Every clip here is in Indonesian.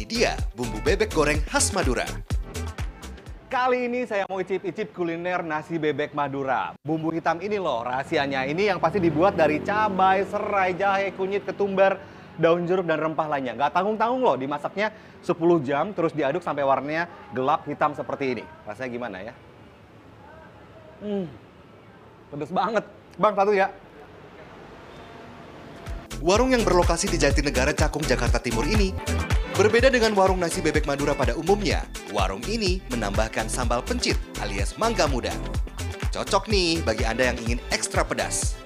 dia bumbu bebek goreng khas Madura. Kali ini saya mau icip-icip kuliner nasi bebek Madura. Bumbu hitam ini loh rahasianya. Ini yang pasti dibuat dari cabai, serai, jahe, kunyit, ketumbar, daun jeruk, dan rempah lainnya. Nggak tanggung-tanggung loh dimasaknya 10 jam terus diaduk sampai warnanya gelap hitam seperti ini. Rasanya gimana ya? Pedes banget. Bang, satu ya. Warung yang berlokasi di Jatinegara, Cakung, Jakarta Timur ini berbeda dengan warung nasi bebek Madura pada umumnya. Warung ini menambahkan sambal pencit alias mangga muda. Cocok nih bagi Anda yang ingin ekstra pedas.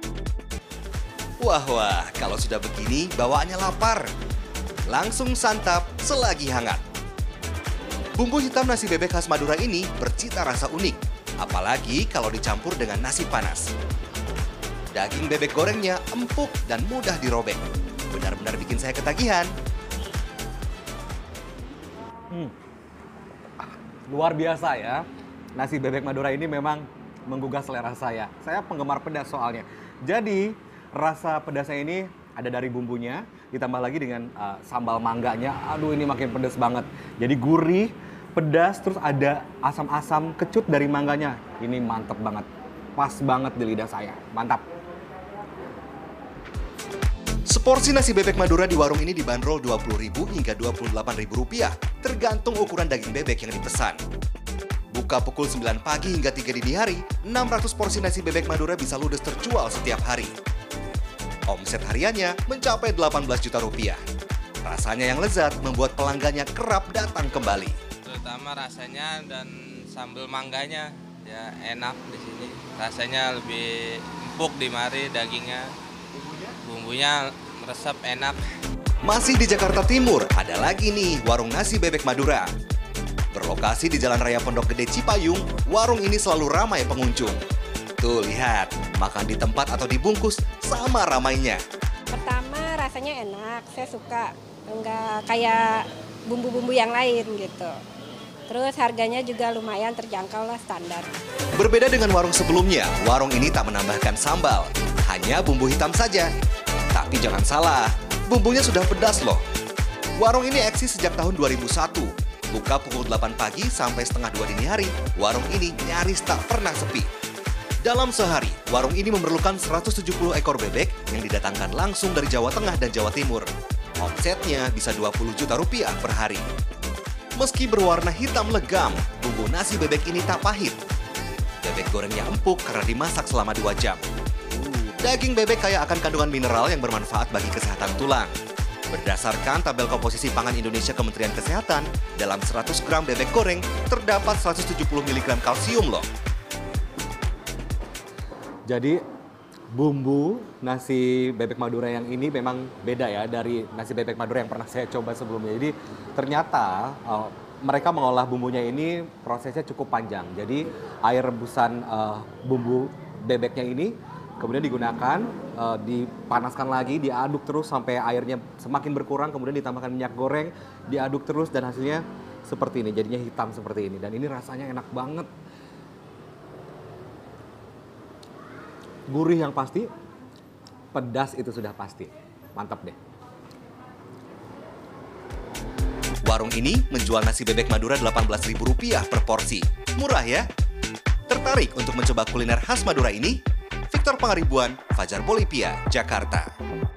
Wah, kalau sudah begini bawaannya lapar. Langsung santap selagi hangat. Bumbu hitam nasi bebek khas Madura ini bercita rasa unik, apalagi kalau dicampur dengan nasi panas. Daging bebek gorengnya empuk dan mudah dirobek. Benar-benar bikin saya ketagihan. Luar biasa ya. Nasi bebek Madura ini memang menggugah selera saya. Saya penggemar pedas soalnya. Jadi rasa pedasnya ini ada dari bumbunya, ditambah lagi dengan sambal mangganya. Aduh, ini makin pedas banget. Jadi gurih, pedas, terus ada asam-asam kecut dari mangganya. Ini mantep banget. Pas banget di lidah saya. Mantap. Seporsi nasi bebek Madura di warung ini dibanderol Rp20.000 hingga Rp28.000, tergantung ukuran daging bebek yang dipesan. Buka pukul 9 pagi hingga 3 dini hari, 600 porsi nasi bebek Madura bisa ludes terjual setiap hari. Omset hariannya mencapai Rp18 juta. Rasanya yang lezat membuat pelanggannya kerap datang kembali. Terutama rasanya dan sambal mangganya ya enak di sini. Rasanya lebih empuk di mari dagingnya. Bumbunya meresap enak. Masih di Jakarta Timur, ada lagi nih warung nasi bebek Madura. Berlokasi di Jalan Raya Pondok Gede Cipayung, warung ini selalu ramai pengunjung. Tuh lihat, makan di tempat atau dibungkus sama ramainya. Pertama rasanya enak, saya suka. Enggak kayak bumbu-bumbu yang lain gitu. Terus harganya juga lumayan terjangkau lah, standar. Berbeda dengan warung sebelumnya, warung ini tak menambahkan sambal, hanya bumbu hitam saja. Tapi jangan salah, bumbunya sudah pedas loh. Warung ini eksis sejak tahun 2001. Buka pukul 8 pagi sampai setengah 2 dini hari, warung ini nyaris tak pernah sepi. Dalam sehari, warung ini memerlukan 170 ekor bebek yang didatangkan langsung dari Jawa Tengah dan Jawa Timur. Omsetnya bisa Rp20 juta per hari. Meski berwarna hitam legam, bumbu nasi bebek ini tak pahit. Bebek gorengnya empuk karena dimasak selama 2 jam. Daging bebek kaya akan kandungan mineral yang bermanfaat bagi kesehatan tulang. Berdasarkan tabel komposisi pangan Indonesia Kementerian Kesehatan, dalam 100 gram bebek goreng terdapat 170 mg kalsium loh. Jadi bumbu nasi bebek Madura yang ini memang beda ya dari nasi bebek Madura yang pernah saya coba sebelumnya. Jadi ternyata mereka mengolah bumbunya ini prosesnya cukup panjang. Jadi air rebusan bumbu bebeknya ini kemudian digunakan, dipanaskan lagi, diaduk terus sampai airnya semakin berkurang, kemudian ditambahkan minyak goreng, diaduk terus dan hasilnya seperti ini, jadinya hitam seperti ini. Dan ini rasanya enak banget. Gurih yang pasti, pedas itu sudah pasti. Mantap deh. Warung ini menjual nasi bebek Madura Rp18.000 per porsi. Murah ya? Tertarik untuk mencoba kuliner khas Madura ini? Victor Pangaribuan, Fajar Bolivia, Jakarta.